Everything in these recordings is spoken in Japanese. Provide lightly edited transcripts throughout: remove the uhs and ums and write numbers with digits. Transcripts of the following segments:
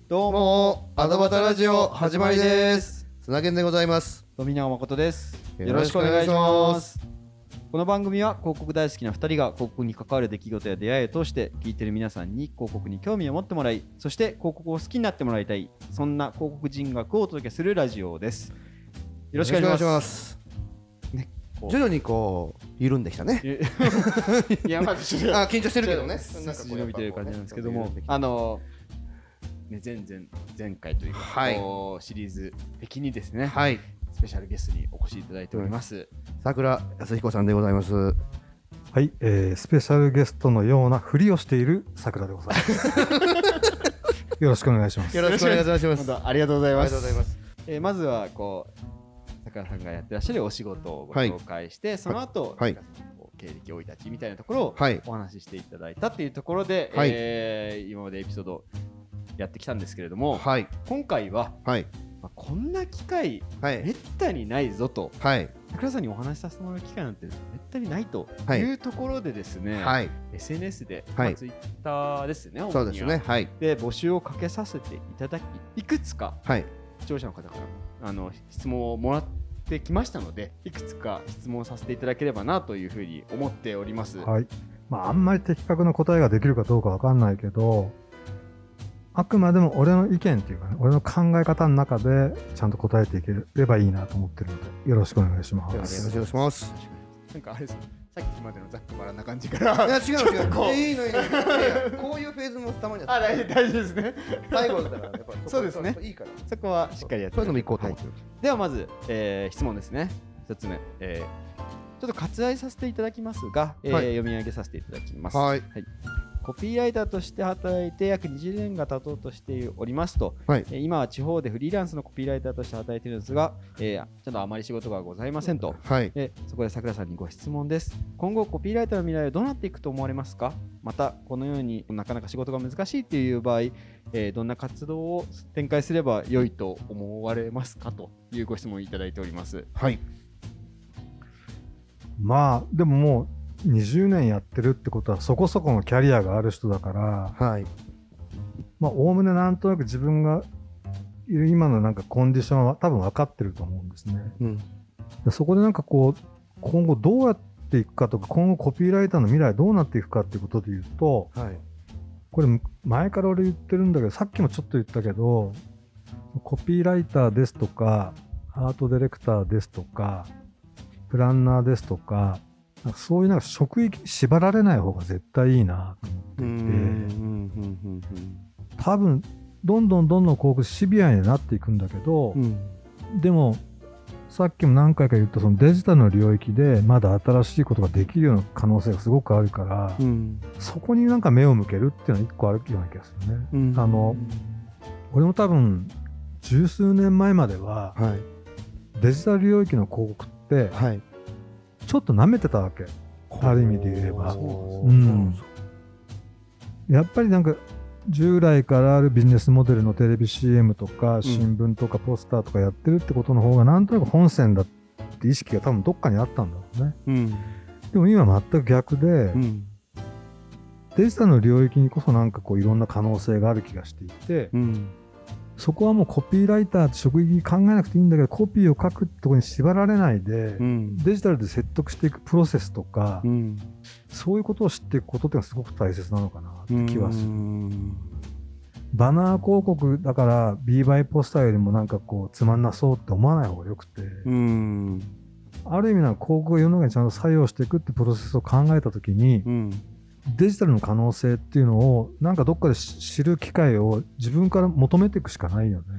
どうもアドバタラジオ始まりです。 砂源でございます。 富永誠です。よろしくお願いします。この番組は広告大好きな2人が広告に関わる出来事や出会いを通して聞いている皆さんに広告に興味を持ってもらい、そして広告を好きになってもらいたい、そんな広告人学をお届けするラジオです。よろしくお願いします。 ね、徐々にこう緩んできたね。 いやまず緊張してるけどね。 なんか伸びてる感じなんですけども、前回というか、シリーズ的にですね、スペシャルゲストにお越しいただいております、 桜康彦さんでございます。 はい、スペシャルゲストのようなふりをしている桜でございます。よろしくお願いします。 よろしくお願いします。 ありがとうございます。まずは桜さんがやってらっしゃるお仕事をご紹介して、その後、経歴生い立ちみたいなところをお話ししていただいたっていうところで、今までエピソードやってきたんですけれども、今回は、こんな機会、めったにないぞと、桜さんにお話しさせてもらう機会なんてめったにないというところでですね、SNS で、ツイッターですね、 そうですね、 で募集をかけさせていただき、いくつか、視聴者の方から質問をもらってきましたので、いくつか質問させていただければなというふうに思っております。 あんまり的確な答えができるかどうかわかんないけど、あくまでも俺の意見っていうかね、俺の考え方の中でちゃんと答えていければいいなと思ってるので、よろしくお願いします。 よろしくお願いします。 なんかあれですね、さっきまでのざっくばらんな感じから。 いや違ういいのこういうフェーズもたまに大事ですね。 最後だからやっぱそうですね。 いいから。 そこはしっかりやって。 そういうのもいこうと思ってる。 ではまず質問ですね。一つ目、ちょっと割愛させていただきますが、読み上げさせていただきます。コピーライターとして働いて約20年が経とうとしておりますと、今は地方でフリーランスのコピーライターとして働いているんですが、ちょっとあまり仕事がございませんと、そこで桜さんにご質問です。今後コピーライターの未来はどうなっていくと思われますか？またこのようになかなか仕事が難しいという場合、どんな活動を展開すれば良いと思われますかというご質問をいただいております。 でももう20年やってるってことはそこそこのキャリアがある人だから、おおむねなんとなく自分がいる今のなんかコンディションは多分分かってると思うんですね。そこでなんかこう今後どうやっていくかとか、今後コピーライターの未来どうなっていくかっていうことで言うと、これ前から俺言ってるんだけど、さっきもちょっと言ったけど、コピーライターですとかアートディレクターですとかプランナーですとか、そういうなんか職域縛られない方が絶対いいなと思っていて、多分どんどん広告シビアになっていくんだけど、でもさっきも何回か言ったそのデジタルの領域でまだ新しいことができるような可能性がすごくあるから、そこになんか目を向けるっていうのは一個あるような気がするね。俺も多分十数年前までは、デジタル領域の広告って、ちょっと舐めてたわけ。ある意味で言えば。やっぱりなんか従来からあるビジネスモデルのテレビ CM とか新聞とかポスターとかやってるってことの方がなんとなく本線だって意識が多分どっかにあったんだろうね。でも今全く逆で、デジタルの領域にこそなんかこういろんな可能性がある気がしていて、そこはもうコピーライターって職域考えなくていいんだけど、コピーを書くってところに縛られないで、デジタルで説得していくプロセスとか、そういうことを知っていくことってのはすごく大切なのかなって気はする。バナー広告だから B バイポスターよりもなんかこうつまんなそうって思わない方がよくて、ある意味なんか広告が世の中にちゃんと作用していくってプロセスを考えたときに、デジタルの可能性っていうのをなんかどっかで知る機会を自分から求めていくしかないよね。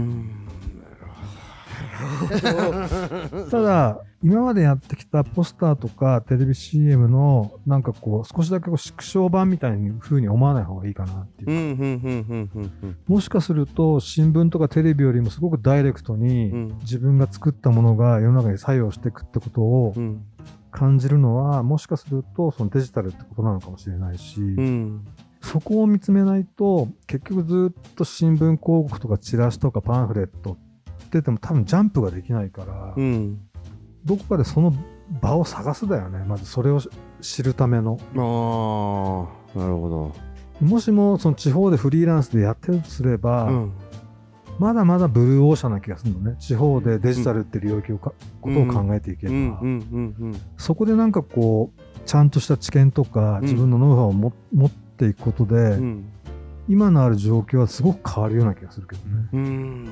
ただ今までやってきたポスターとかテレビ CM のなんかこう少しだけこう縮小版みたいな風に思わない方がいいかなっていうか、もしかすると新聞とかテレビよりもすごくダイレクトに自分が作ったものが世の中に作用していくってことを感じるのは、もしかするとそのデジタルってことなのかもしれないし、そこを見つめないと結局ずっと新聞広告とかチラシとかパンフレットってても多分ジャンプができないから、どこかでその場を探すだよね。まずそれを知るための。 なるほど。 もしもその地方でフリーランスでやってるとすれば、まだまだブルーオーシャンな気がするのね。地方でデジタルって領域ことを考えていけば、そこでなんかこうちゃんとした知見とか自分のノウハウを持っていくことで、今のある状況はすごく変わるような気がするけどね。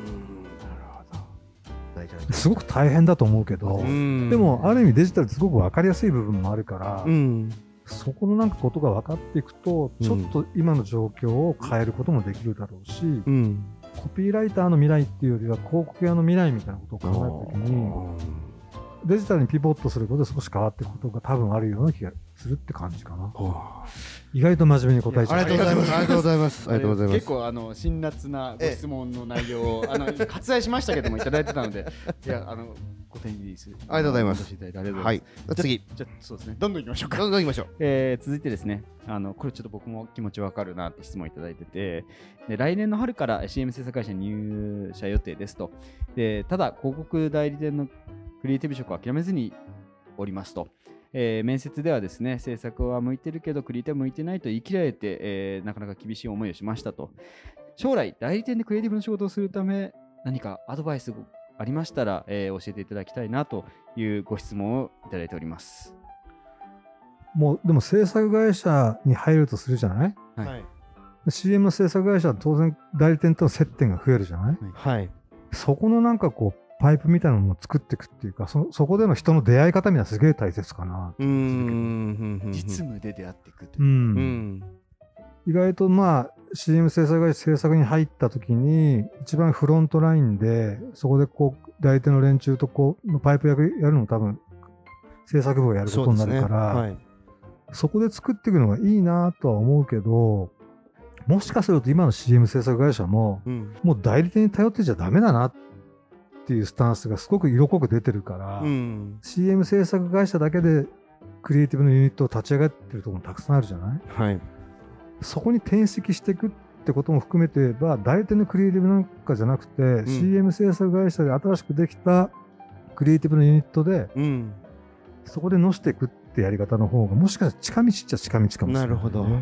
すごく大変だと思うけど、でもある意味デジタルってすごく分かりやすい部分もあるから、そこのなんかことが分かっていくと、ちょっと今の状況を変えることもできるだろうし、コピーライターの未来っていうよりは広告屋の未来みたいなことを考えたときに、デジタルにピボットすることで少し変わっていくことが多分あるような気がするって感じかな。意外と真面目に答えちゃう。 ありがとうございます。ありがとうございます。ありがとうございます。 結構辛辣なご質問の内容を割愛しましたけどもいただいてたので、いやご丁寧にする。 ありがとうございます。はい。次。 じゃそうですね。どんどん行きましょうか。 どんどん行きましょう。 続いてですね、これちょっと僕も気持ちわかるなって質問いただいてて、で来年の春から CM 制作会社に入社予定ですと。でただ広告代理店のクリエイティブ職を諦めずにおりますと。面接ではですね、制作は向いてるけどクリエイティブ向いてないと言い切られて、なかなか厳しい思いをしましたと。将来代理店でクリエイティブの仕事をするため何かアドバイスありましたら、教えていただきたいなというご質問をいただいております。 もうでも制作会社に入るとするじゃない？ はい。 CM の制作会社は当然代理店との接点が増えるじゃない？ はい。 そこのなんかこうパイプみたいなものを作っていくっていうか、そこでの人の出会い方みたいなすげえ大切かな。 実務で出会っていくという。意外とまあ CM 制作会社制作に入った時に一番フロントラインでそこでこう代理店の連中とこうのパイプ役やるのも多分制作部がやることになるから、そこで作っていくのがいいなとは思うけど、もしかすると今の CM 制作会社も、もう代理店に頼ってちゃダメだなっていうスタンスがすごく色濃く出てるから、CM 制作会社だけでクリエイティブのユニットを立ち上がってるところもたくさんあるじゃない？はい。そこに転籍していくってことも含めて言えば、代理店のクリエイティブなんかじゃなくて、CM 制作会社で新しくできたクリエイティブのユニットで、そこでのしていくってやり方の方がもしかしたら近道っちゃ近道かもしれない、ね。なるほど。制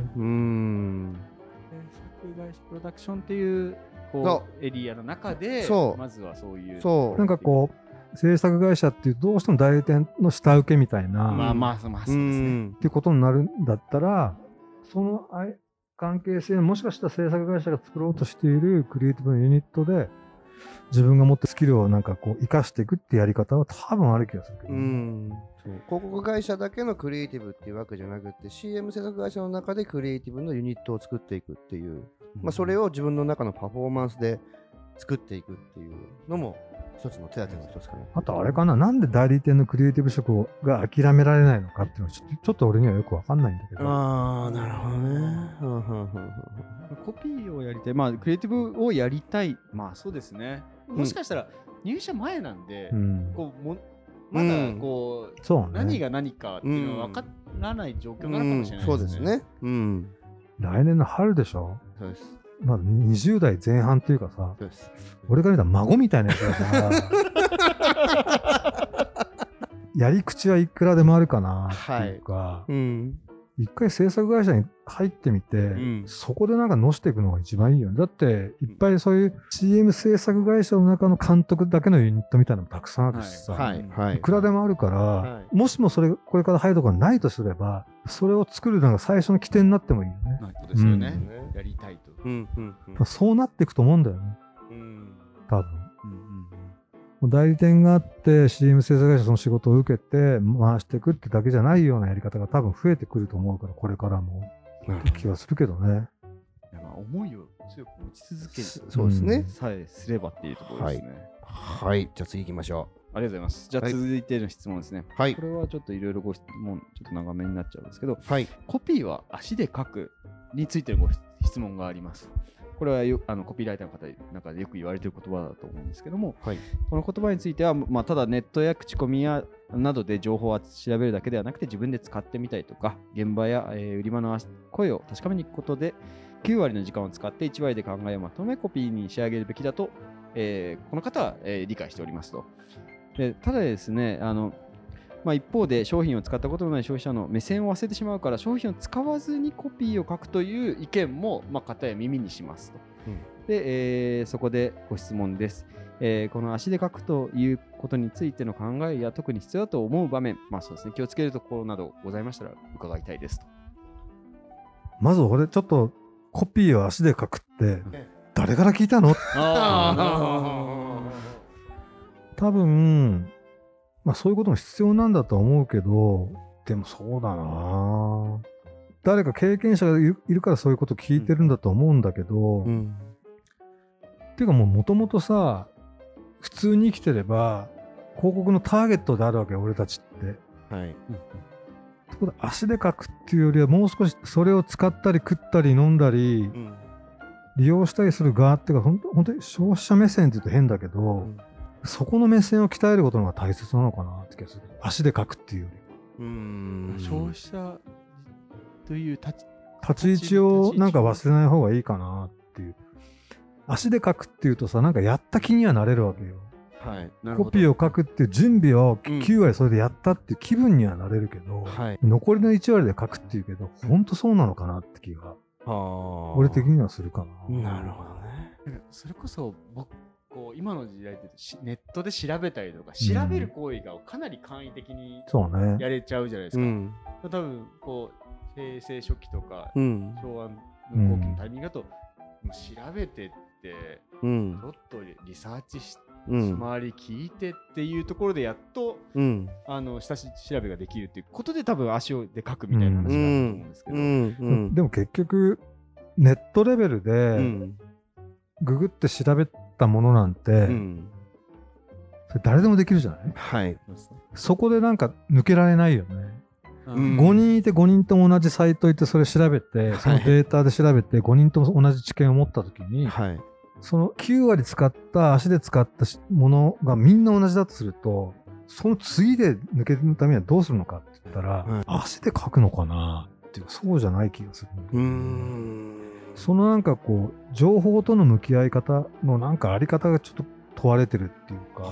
作会社プロダクションっていうエリアの中で、まずはそういう。 なんかこう制作会社っていうどうしても代理店の下請けみたいな、 そうですね。 っていうことになるんだったら、その関係性もしかしたら制作会社が作ろうとしているクリエイティブのユニットで自分が持ってるスキルをなんかこう生かしていくってやり方は多分ある気がするけど、 広告会社だけのクリエイティブっていうわけじゃなくて CM 制作会社の中でクリエイティブのユニットを作っていくっていう、それを自分の中のパフォーマンスで作っていくっていうのも一つの手立ての一つかな。 あとあれかな、なんで代理店のクリエイティブ職が諦められないのかっていうのはちょっと俺にはよくわかんないんだけど。 ああ、なるほどね。 コピーをやりたい、クリエイティブをやりたい、そうですね。もしかしたら入社前なんで、まだこう、何が何かっていうのは分からない状況なのかもしれないですね。 そうですね。 来年の春でしょ。 そうです。 まだ20代前半っていうかさ、俺から見たら孫みたいなやつだからやり口はいくらでもあるかなっていうか、一回制作会社に入ってみて、そこでなんかのしていくのが一番いいよね。だっていっぱいそういう CM 制作会社の中の監督だけのユニットみたいなのもたくさんあるしさ、いくらでもあるから、もしもこれから入るところがないとすれば、それを作るのが最初の起点になってもいいよね。 そうですよね。やりたいと。そうなっていくと思うんだよね。多分。代理店があって CM 制作会社その仕事を受けて回していくってだけじゃないようなやり方が多分増えてくると思うから、これからもって気はするけどね。 思いを強く持ち続ける、 そうですね、 さえすればっていうところですね。 はい、じゃあ次行きましょう。 ありがとうございます。じゃあ続いての質問ですね。これはちょっといろいろご質問ちょっと長めになっちゃうんですけど、コピーは足で書くについてのご質問があります。これはコピーライターの方の中でよく言われている言葉だと思うんですけども、この言葉については、ただネットや口コミなどで情報を調べるだけではなくて自分で使ってみたりとか、現場や、売り場の声を確かめに行くことで9割の時間を使って1割で考えをまとめコピーに仕上げるべきだと、この方は、理解しておりますと。でただですね、 一方で商品を使ったことのない消費者の目線を忘れてしまうから商品を使わずにコピーを書くという意見も片や耳にしますと。で、そこでご質問です。この足で書くということについての考えや特に必要だと思う場面、そうですね、気をつけるところなどございましたら伺いたいですと。 まず俺ちょっとコピーを足で書くって誰から聞いたの？多分そういうことも必要なんだと思うけど、でもそうだな、誰か経験者がいるからそういうこと聞いてるんだと思うんだけど、っていうかもともとさ、普通に生きてれば広告のターゲットであるわけよ、俺たちって。はい。足で書くっていうよりはもう少しそれを使ったり食ったり飲んだり、利用したりする側っていうか、本当に消費者目線って言うと変だけど、そこの目線を鍛えることの方が大切なのかなって気がする。足で書くっていうより。 消費者という立ち位置をなんか忘れない方がいいかなっていう。足で書くっていうとさ、なんかやった気にはなれるわけよ。はい、コピーを書くっていう準備を9割それでやったっていう気分にはなれるけど、残りの1割で書くっていうけど、本当そうなのかなって気が俺的にはするかな。 なるほどね。それこそ僕今の時代ってネットで調べたりとか、調べる行為がかなり簡易的にやれちゃうじゃないですか。多分平成初期とか、昭和の後期のタイミングだと、調べてって、ちょっとリサーチして、周り聞いてっていうところでやっと、下調べができるっていうことで多分足で書くみたいな話があると思うんですけど、 でも結局ネットレベルでググって調べたものなんて、それ誰でもできるじゃない？はい。そこでなんか抜けられないよね。5人いて5人とも同じサイト行ってそれ調べて、そのデータで調べて5人とも同じ知見を持ったときに、その9割使った足で使ったものがみんな同じだとすると、その次で抜けるためにはどうするのかって言ったら、足で書くのかなっていう、そうじゃない気がする。そのなんか情報との向き合い方のなんかあり方がちょっと問われてるっていうか。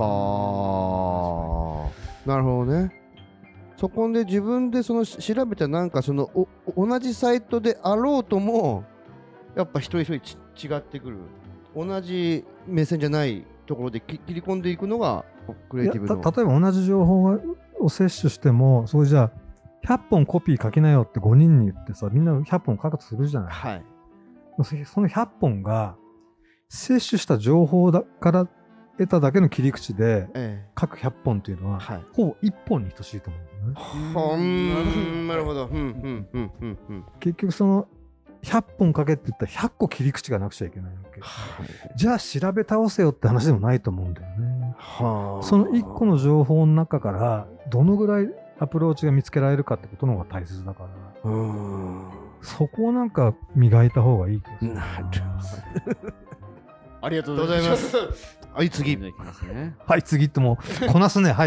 なるほどね。そこで自分でその調べたなんかその同じサイトであろうともやっぱ一人一人違ってくる。同じ目線じゃないところで切り込んでいくのがクリエイティブの。 例えば同じ情報を摂取しても、それじゃあ100本コピー書きなよって5人に言ってさ、みんな100本書くとするじゃない。はい。その100本が摂取した情報から得ただけの切り口で各100本というのは、ほぼ1本に等しいと思うね。 なるほど。 結局その100本かけって言ったら100個切り口がなくちゃいけないわけ。じゃあ調べ倒せよって話でもないと思うんだよね。その1個の情報の中からどのぐらいアプローチが見つけられるかってことの方が大切だから、そこをなんか磨いた方がいい気がする。なるほど。 ありがとうございます。 はい、次。 はい、次ってもうこなすね。はい。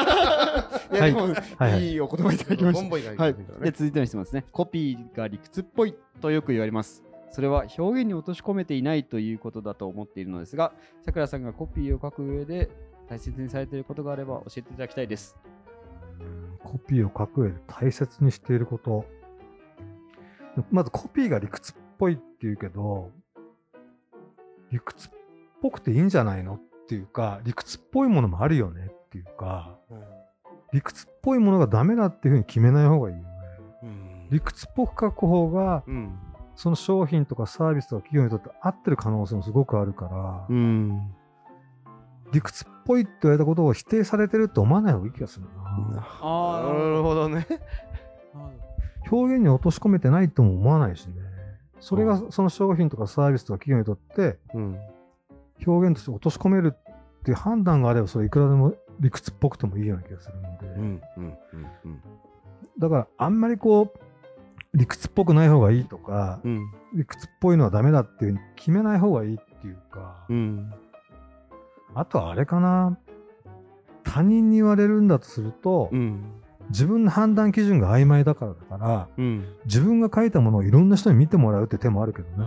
いいお言葉いただきました。で、続いての質問ですね。コピーが理屈っぽいとよく言われます。それは表現に落とし込めていないということだと思っているのですが、さくらさんがコピーを書く上で大切にされていることがあれば教えていただきたいです。 コピーを書く上で大切にしていること。まずコピーが理屈っぽいっていうけど、理屈っぽくていいんじゃないのっていうか、理屈っぽいものもあるよねっていうか、理屈っぽいものがダメだっていうふうに決めない方がいいよね。理屈っぽく書く方が、その商品とかサービスとか企業にとって合ってる可能性もすごくあるから、理屈っぽいって言われたことを否定されてるって思わない方がいい気がするな。 なるほどね。 表現に落とし込めてないとも思わないしね。それがその商品とかサービスとか企業にとって表現として落とし込めるっていう判断があれば、それいくらでも理屈っぽくてもいいような気がするので、だからあんまり理屈っぽくない方がいいとか、理屈っぽいのはダメだっていう決めない方がいいっていうか、あとはあれかな、他人に言われるんだとすると、自分の判断基準が曖昧だから自分が書いたものをいろんな人に見てもらうって手もあるけどね。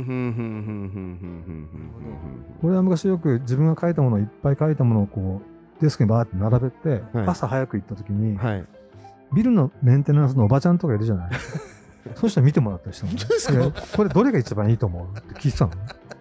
これは昔よく自分が書いたものをいっぱい書いたものをデスクにバーって並べて、朝早く行った時に、ビルのメンテナンスのおばちゃんとかいるじゃないそうしたら見てもらったりしたのねこれどれが一番いいと思うって聞いてたの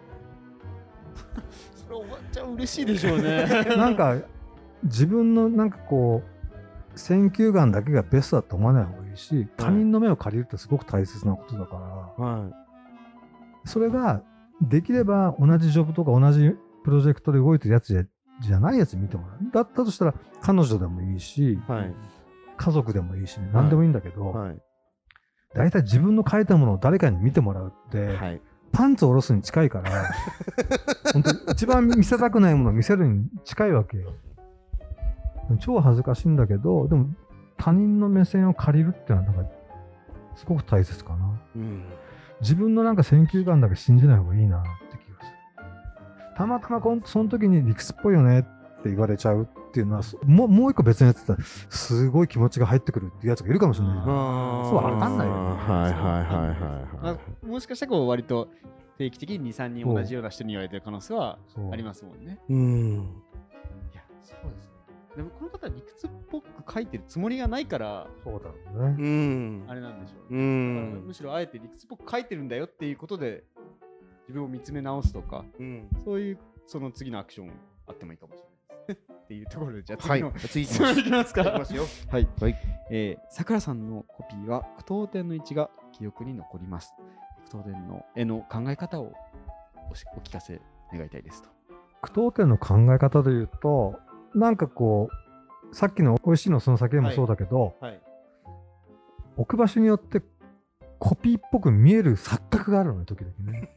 それおばちゃん嬉しいでしょうねなんか自分のなんかこう選球眼だけがベストだと思わない方がいいし、他人の目を借りるってすごく大切なことだから、それができれば同じジョブとか同じプロジェクトで動いてるやつじゃないやつ見てもらう。だったとしたら彼女でもいいし、家族でもいいし、何でもいいんだけど、大体自分の書いたものを誰かに見てもらうって、パンツを下ろすに近いから本当に一番見せたくないものを見せるに近いわけよ。超恥ずかしいんだけど、でも他人の目線を借りるっていうのはなんかすごく大切かな、自分のなんか選球眼だけ信じない方がいいなって気がする。たまたまその時に理屈っぽいよねって言われちゃうっていうのはもう一個別のやつだったらすごい気持ちが入ってくるっていうやつがいるかもしれない。そう分かんないよね。 もしかしたら割と定期的に 2,3 人同じような人に言われてる可能性はありますもんね。いや、そうですね。でもこの方は理屈っぽく書いてるつもりがないから、 そうだろうね。 あれなんでしょうね。むしろあえて理屈っぽく書いてるんだよっていうことで自分を見つめ直すとか、そういうその次のアクションあってもいいかもしれないですっていうところで、じゃあ次の質問いきますか。はい。さくらさんのコピーは句読点の位置が記憶に残ります。句読点の絵の考え方をお聞かせ願いたいですと。 句読点の考え方でいうと、なんかこうさっきの美味しいのその先でもそうだけど、置く場所によってコピーっぽく見える錯覚があるのね、時々ね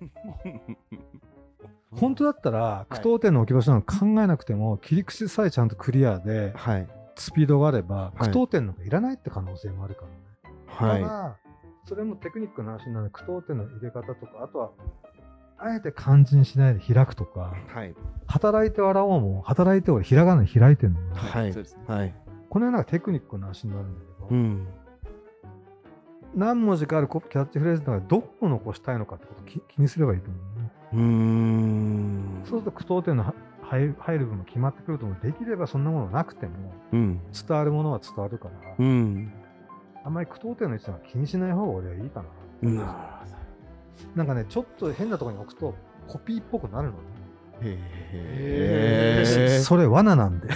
本当だったら句読点の置き場所なんか考えなくても、切り口さえちゃんとクリアで、スピードがあれば、句読点なんかいらないって可能性もあるからね。ただそれもテクニックの話なので、句読点の入れ方とか、あとはあえて漢字にしないで開くとか、働いて笑おうも働いて俺ひらがなに開いてるの、このようなテクニックの話になるんだけど、何文字かあるキャッチフレーズの中でどこを残したいのかってことを気にすればいいと思うね。そうすると句読点の入る部分も決まってくると思う。できればそんなものなくても、伝わるものは伝わるから、あんまり句読点の位置は気にしない方が俺はいいかな。なんかね、ちょっと変なところに置くとコピーっぽくなるのね。それ罠なんで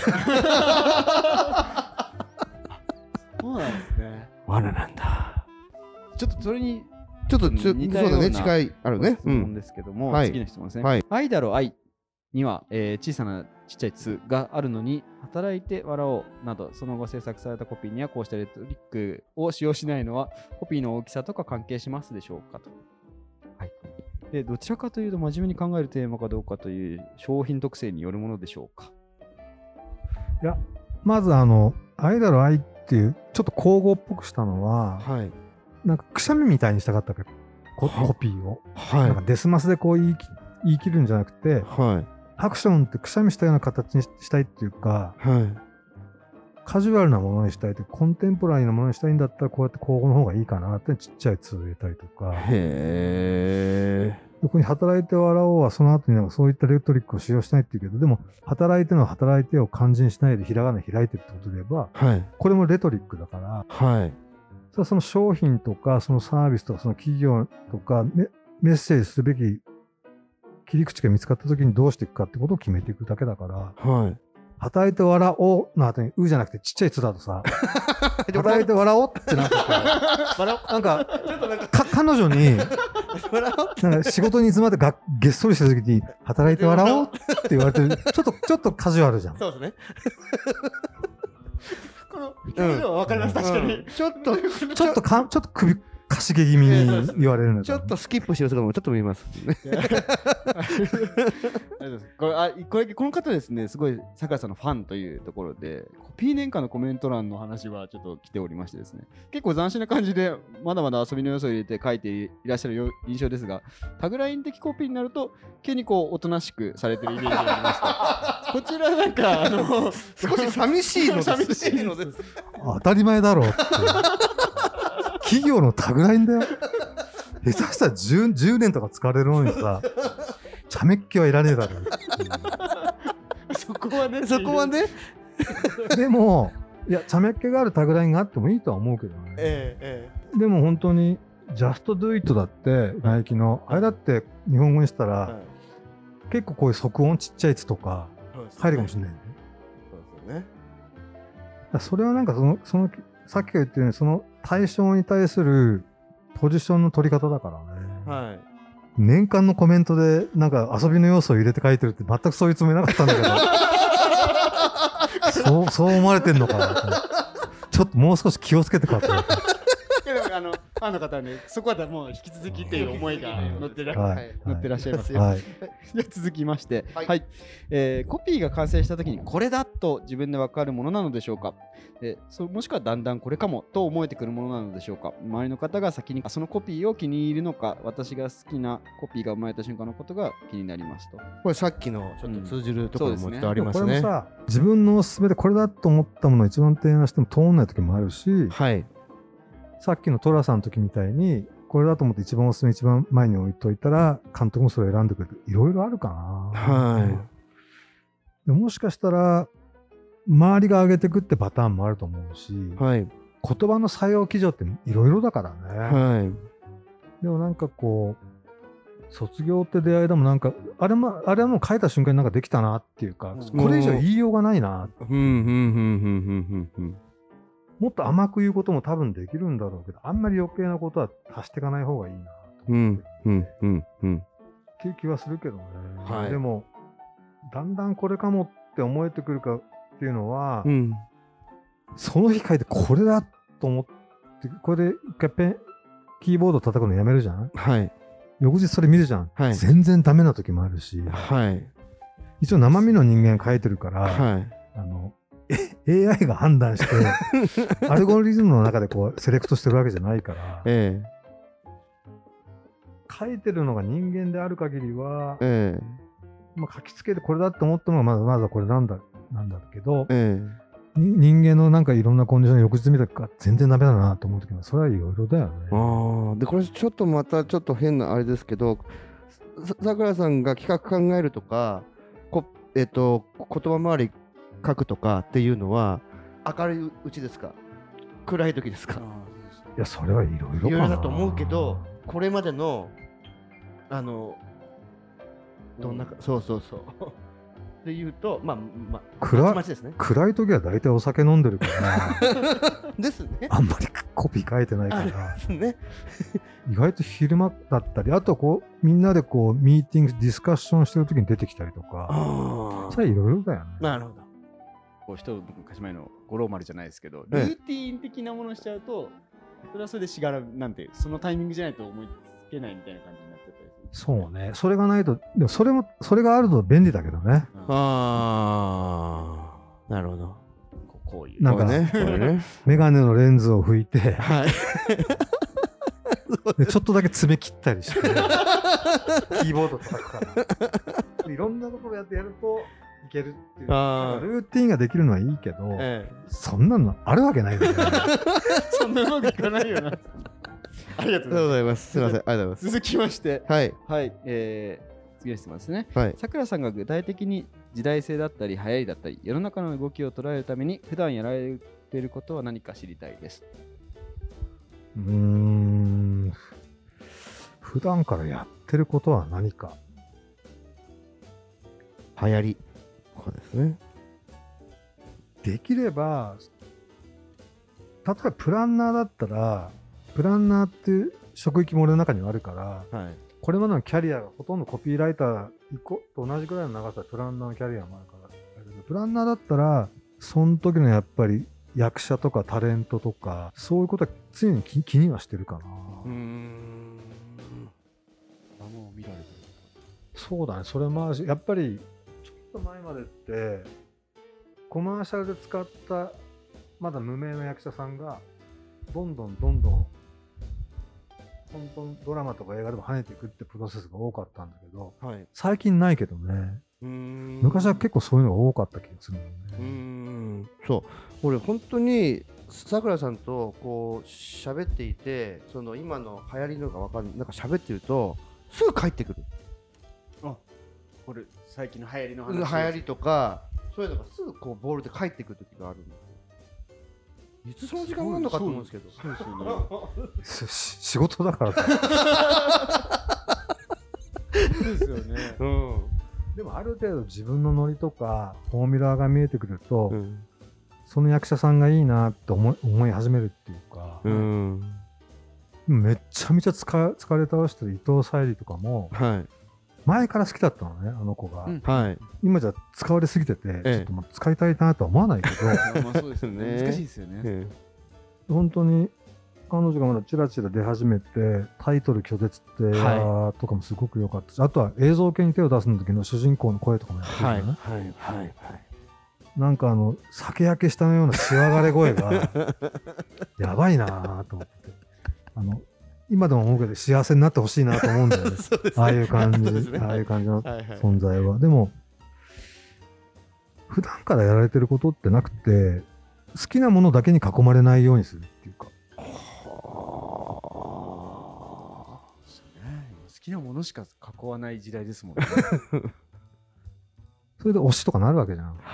そうなんですね。 罠なんだ。 ちょっとそれにちょっと似たような近いあるね。 質問ですけども、次の質問ですね。愛だろ愛には、小さなちっちゃいつがあるのに、働いて笑おうなどその後制作されたコピーにはこうしたレトリックを使用しないのはコピーの大きさとか関係しますでしょうかと。でどちらかというと真面目に考えるテーマかどうかという商品特性によるものでしょうか。 いや、まず愛だろ愛っていうちょっと口語っぽくしたのは、なんかくしゃみみたいにしたかったわけ、コピーを、なんかデスマスでこう言い切るんじゃなくて、アクションってくしゃみしたような形にしたいっていうか、カジュアルなものにしたいというコンテンポラリーなものにしたいんだったらこうやって口語の方がいいかなってちっちゃい「つ」を入れたりとか。ここに働いて笑おうはその後になんかそういったレトリックを使用しないっていうけど、でも働いての働いてを漢字にしないでひらがな開いてるってことで言えば、これもレトリックだから、その商品とかそのサービスとかその企業とかメッセージするべき切り口が見つかった時にどうしていくかってことを決めていくだけだから、働いて笑おうの後にうじゃなくてちっちゃいつだとさ働いて笑おうってなってなんか彼女になんか仕事に詰まってげっそりした時に働いて笑おうって言われてるちょっとカジュアルじゃん。 そうですね。この表情は分かります、確かに。ちょっと首かしげ気味に言われるの。 ちょっとスキップしてる姿もちょっと見えます。 この方ですね、すごいさくらさんのファンというところで、コピー年間のコメント欄の話はちょっと来ておりましてですね、結構斬新な感じでまだまだ遊びの要素を入れて書いていらっしゃる印象ですが、タグライン的コピーになると急にこうおとなしくされてるイメージがありました。こちらなんか少し寂しいのです。 当たり前だろうって。企業のタグラインだよ。下手したら 10年とか使われるのにさ、茶目っ気はいらねえだろ。 そこはね、 でもいや茶目っ気があるタグラインがあってもいいとは思うけどね、でも本当にJust Do It だってナイキのあれだって日本語にしたら、結構こういう即音ちっちゃいやつとか入るかもしれないよね。 そうですよね。 それはなんかそのさっきが言ったようにその対象に対するポジションの取り方だからね。年間のコメントでなんか遊びの要素を入れて書いてるって全くそういうつもりなかったんだけどそう思われてんのかなちょっともう少し気をつけて書こうファンの方はね、そこはもう引き続きっていう思いが乗ってらっしゃいますよ。では続きまして、コピーが完成したときにこれだと自分で分かるものなのでしょうか。もしくはだんだんこれかもと思えてくるものなのでしょうか。周りの方が先にそのコピーを気に入るのか、私が好きなコピーが生まれた瞬間のことが気になりますと。 これさっきのちょっと通じるところもちょっとありますね。 これもさ、自分のおすすめでこれだと思ったものを一番提案しても通んない時もあるし、さっきのトラさんの時みたいにこれだと思って一番おすすめ一番前に置いといたら監督もそれを選んでくれていろいろあるかな。でもしかしたら周りが上げてくってパターンもあると思うし、言葉の採用基準っていろいろだからね。でもなんかこう卒業って出会いでもなんかあれはもう書いた瞬間になんかできたなっていうか、これ以上言いようがないな。もっと甘く言うことも多分できるんだろうけど、あんまり余計なことは足していかない方がいいなと思ってっていう気はするけどね。でもだんだんこれかもって思えてくるかっていうのは、その日書いてこれだと思ってこれで一回キーボード叩くのやめるじゃん。翌日それ見るじゃん。全然ダメな時もあるし、一応生身の人間書いてるから、AI が判断してアルゴリズムの中でこうセレクトしてるわけじゃないから、書いてるのが人間である限りは、書きつけてこれだって思ったのがまずはこれなんだけど、人間のなんかいろんなコンディション翌日見たら全然ダメだなと思う時はそれはいろいろだよね。 でこれちょっとまたちょっと変なあれですけど、さくらさんが企画考えるとか言葉周り書くとかっていうのは明るいうちですか、暗い時ですか。 いやそれはいろいろだと思うけど、これまでのどんなそうっていうと暗い時は大体お酒飲んでるからですね。 あんまりコピー書いてないから意外と昼間だったり、あとこうみんなでこうミーティングディスカッションしてる時に出てきたりとか、それはいろいろだよね。 なるほど。 こう一昔前の五郎丸じゃないですけど、ルーティーン的なものをしちゃうと、それはそれでしがらなんてそのタイミングじゃないと思いつけないみたいな感じになっちゃったりする。 そうね、それがないと、でもそれがあると便利だけどね。 なるほど。 こういうなんかね、メガネのレンズを拭いて、でちょっとだけ爪切ったりしてキーボード叩くからいろんなところやってやるといけるっていう。ルーティンができるのはいいけど、そんなのあるわけないよね。 そんなうまくいかないよな。ありがとうございます。 すみません、ありがとうございます。 続きまして、次の質問ですね。さくらさんが具体的に時代性だったり流行りだったり世の中の動きを捉えるために普段やられていることは何か知りたいです。 普段からやってることは何か。 流行り。そうですね。 できれば例えばプランナーだったらプランナーっていう職域も俺の中にはあるから、これまでのキャリアがほとんどコピーライターと同じぐらいの長さでプランナーのキャリアもあるから、プランナーだったらその時のやっぱり役者とかタレントとかそういうことは常に気にはしてるかな。そうだね、それもあるし、やっぱりちょっと前までってコマーシャルで使ったまだ無名の役者さんがどんどん本当にドラマとか映画でも跳ねていくってプロセスが多かったんだけど、最近ないけどね。昔は結構そういうのが多かった気がするんだよね。 そう、俺本当にさくらさんとこう喋っていて、その今の流行りのが分かる、なんか喋ってるとすぐ帰ってくる。 これ最近の流行りの話。 流行りとかそういうのがすぐこうボールで返ってくる時があるんで、いつその時間があるのかと思うんですけど。そうですよね。 仕事だからそうですよね。 でもある程度自分のノリとかフォーミュラーが見えてくると、その役者さんがいいなって思い始めるっていうか、めっちゃめちゃ疲れ倒してる伊藤沙莉とかも、前から好きだったのね、あの子が。今じゃ使われすぎてて、ちょっともう使いたいなとは思わないけど、 まあそうですよね。難しいですよね。 本当に彼女がまだチラチラ出始めて、タイトル拒絶って映画とかもすごく良かったし、あとは映像系に手を出すの時の主人公の声とかもやってるよね。なんか酒焼けしたようなしわがれ声がやばいなぁと思って、今でも思うけど幸せになってほしいなと思うんだよね。ああいう感じ、ああいう感じの存在は。でも普段からやられてることってなくて、好きなものだけに囲まれないようにするっていうか。 好きなものしか囲わない時代ですもんね。 それで推しとかなるわけじゃん。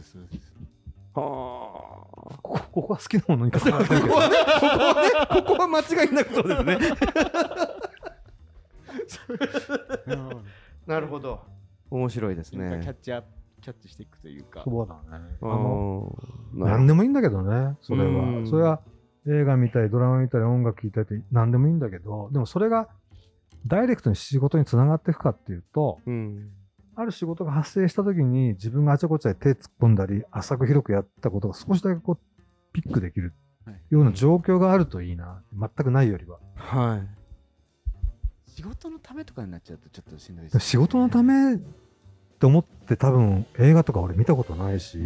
ここは好きなものに囲まれてるけど、ここは間違いなくそうですね。 なるほど。面白いですね。 キャッチしていくというか。 そうだね。何でもいいんだけどね、それは。それは映画見たり、ドラマ見たり、音楽聴いたりって何でもいいんだけど、でもそれがダイレクトに仕事につながっていくかっていうと、ある仕事が発生した時に自分があちゃこちゃで手突っ込んだり浅く広くやったことが少しだけこうピックできるような状況があるといいな。全くないよりは。 仕事のためとかになっちゃうとちょっとしんどいですね。 仕事のためって思って多分映画とか俺見たことないし、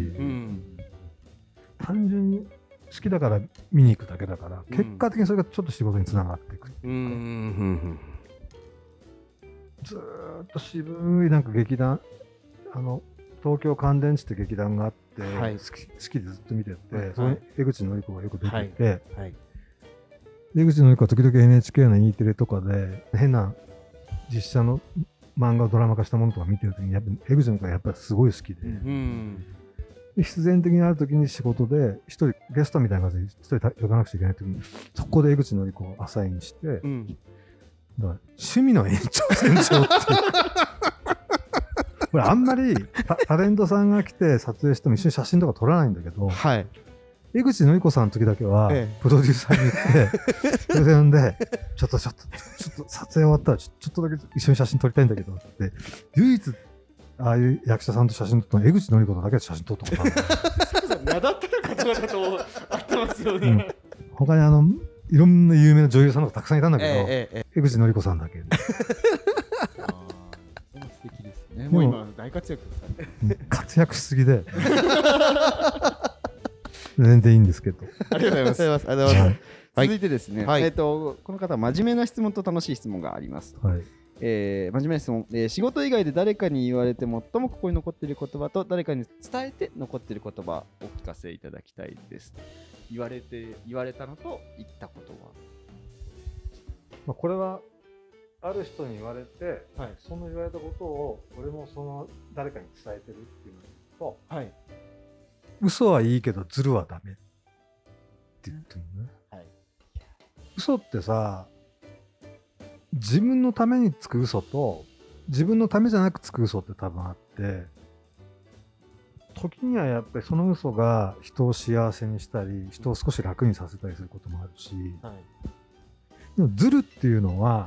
単純に好きだから見に行くだけだから、結果的にそれがちょっと仕事につながっていくっていうか。ずーっと渋いなんか劇団、東京乾電池って劇団があって、好きでずっと見てて、その江口のり子がよく出てて、江口のり子は時々 NHK の E テレとかで変な実写の漫画をドラマ化したものとか見てるときに、やっぱ江口のり子がやっぱりすごい好きで、必然的にあるときに仕事で一人ゲストみたいな感じで一人呼ばなくちゃいけないときに、そこで江口のり子をアサインして、だから趣味の延長線上ってこれあんまりタレントさんが来て撮影しても一緒に写真とか撮らないんだけど、江口のり子さんの時だけはプロデューサーに言ってプレゼンでちょっと撮影終わったらちょっとだけ一緒に写真撮りたいんだけどって唯一ああいう役者さんと写真撮ったの江口のり子とだけで写真撮ったことある。 名だってる方々と会ってますよね。 他にいろんな有名な女優さんとかたくさんいたんだけど、江口のり子さんだけ。 素敵ですね。もう今大活躍されて活躍しすぎで全然いいんですけど。 ありがとうございます。続いてですね、この方は真面目な質問と楽しい質問があります。真面目な質問、仕事以外で誰かに言われて最も心に残っている言葉と誰かに伝えて残っている言葉をお聞かせいただきたいです。言われたのと言ったことは、これはある人に言われて、その言われたことを俺もその誰かに伝えてるっていうのと、嘘はいいけどズルはダメって言ってるのね。嘘ってさ、自分のためにつく嘘と自分のためじゃなくつく嘘って多分あって、時にはやっぱりその嘘が人を幸せにしたり人を少し楽にさせたりすることもあるし、でもズルっていうのは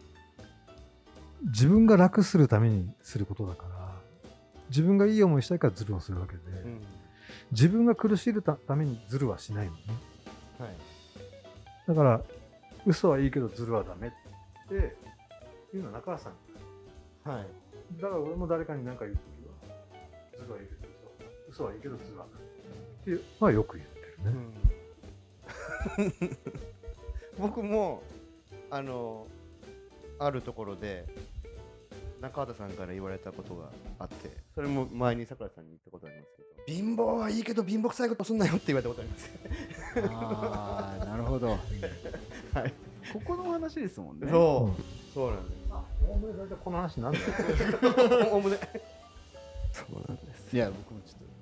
自分が楽するためにすることだから、自分がいい思いしたいからズルをするわけで、自分が苦しいためにズルはしないのね。だから嘘はいいけどズルはダメっていうのは中川さん。だから俺も誰かに何か言うときはズルはいいけど嘘はいいけどズルはダメっていうのはよく言ってるね。 僕もあるところで中畑さんから言われたことがあって、それも前に桜さんに言ったことありますけど、貧乏はいいけど貧乏くさいことすんなよって言われたことあります。 ああ、なるほど。ここの話ですもんね。 そうなんです。 おおむね大体この話なんだよ。 おおむね。そうなんです。 いや、僕もちょっと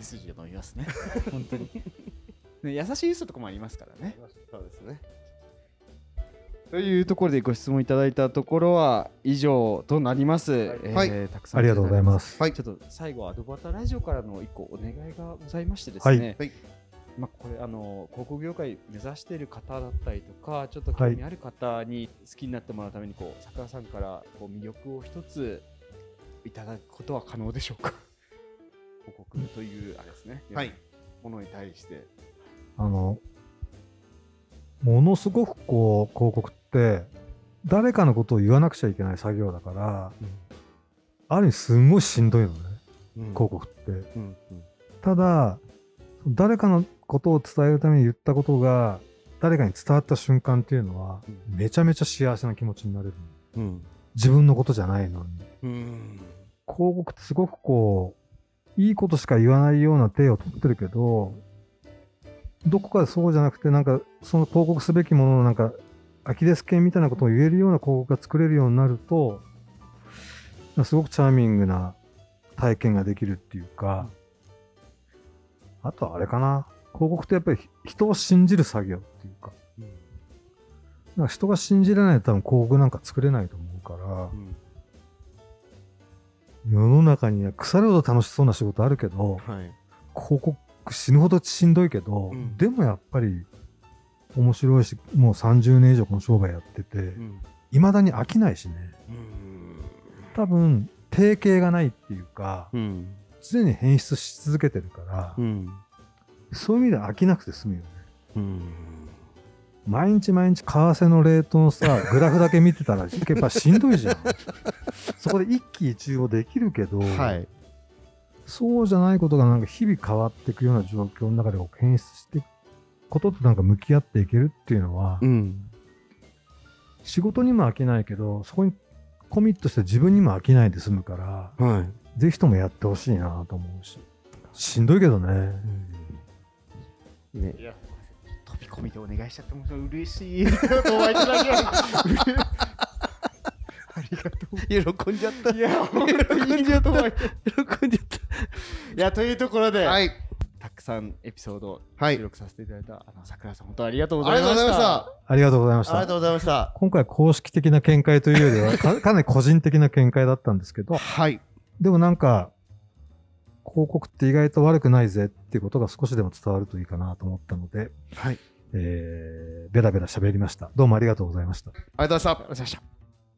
筋が伸びますね本当に優しい嘘とかもありますからね。 そうですね。 というところでご質問いただいたところは以上となります。 はい、たくさんありがとうございます。 はい、ちょっと最後アドバタラジオからの一個お願いがございましてですね。はい、まあこれ広告業界目指している方だったりとか、ちょっと興味ある方に好きになってもらうために桜さんから魅力を一ついただくことは可能でしょうか。広告というあれですね。はい。ものに対して。 ものすごく広告って誰かのことを言わなくちゃいけない作業だから、ある意味すんごいしんどいのね、広告って、ただ誰かのことを伝えるために言ったことが誰かに伝わった瞬間っていうのは、めちゃめちゃ幸せな気持ちになれる、自分のことじゃないのに、広告ってすごくいいことしか言わないような体を取ってるけど、どこかでそうじゃなくて、なんかその広告すべきもののなんかアキレス腱みたいなことを言えるような広告が作れるようになると、すごくチャーミングな体験ができるっていうか、あとはあれかな、広告ってやっぱり人を信じる作業っていうか、なんか人が信じられないと多分広告なんか作れないと思うから、世の中には腐るほど楽しそうな仕事あるけど、広告死ぬほどしんどいけど、でもやっぱり面白いし、もう30年以上この商売やってて、いまだに飽きないしね、多分定型がないっていうか、常に変質し続けてるから、そういう意味では飽きなくて済むよね。毎日毎日為替のレートのさグラフだけ見てたらやっぱしんどいじゃんそこで一喜一憂もできるけど、そうじゃないことがなんか日々変わっていくような状況の中で変質していくこととなんか向き合っていけるっていうのは、仕事にも飽きないけど、そこにコミットして自分にも飽きないで済むから、ぜひともやってほしいなと思うし、しんどいけどね。 いや飛び込みでお願いしちゃっても嬉しい。お会いいただきましたありがとう。喜んじゃった。いや、喜んじゃった。いや、というところで、たくさんエピソードを収録させていただいた桜さん、本当にありがとうございました。 ありがとうございました。 ありがとうございました。 今回公式的な見解というよりはかなり個人的な見解だったんですけど、でもなんか広告って意外と悪くないぜっていうことが少しでも伝わるといいかなと思ったので、ベラベラ喋りました。どうもありがとうございました。 ありがとうございました。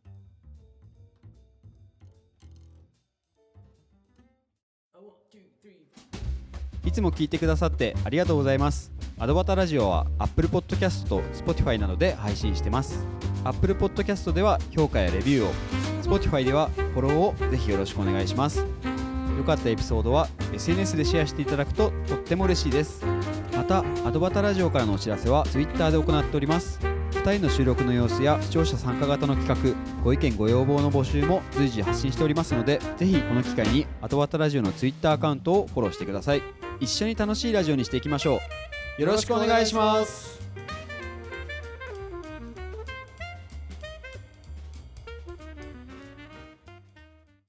いつも聞いてくださってありがとうございます。アドバタラジオは Apple Podcast と Spotify などで配信してます。Apple Podcast では評価やレビューを、Spotify ではフォローをぜひよろしくお願いします。良かったエピソードは SNS でシェアしていただくととっても嬉しいです。また、アドバタラジオからのお知らせは Twitter で行っております。2人の収録の様子や視聴者参加型の企画、ご意見ご要望の募集も随時発信しておりますので、ぜひこの機会にアドバタラジオの Twitter アカウントをフォローしてください。一緒に楽しいラジオにしていきましょう。よろしくお願いします。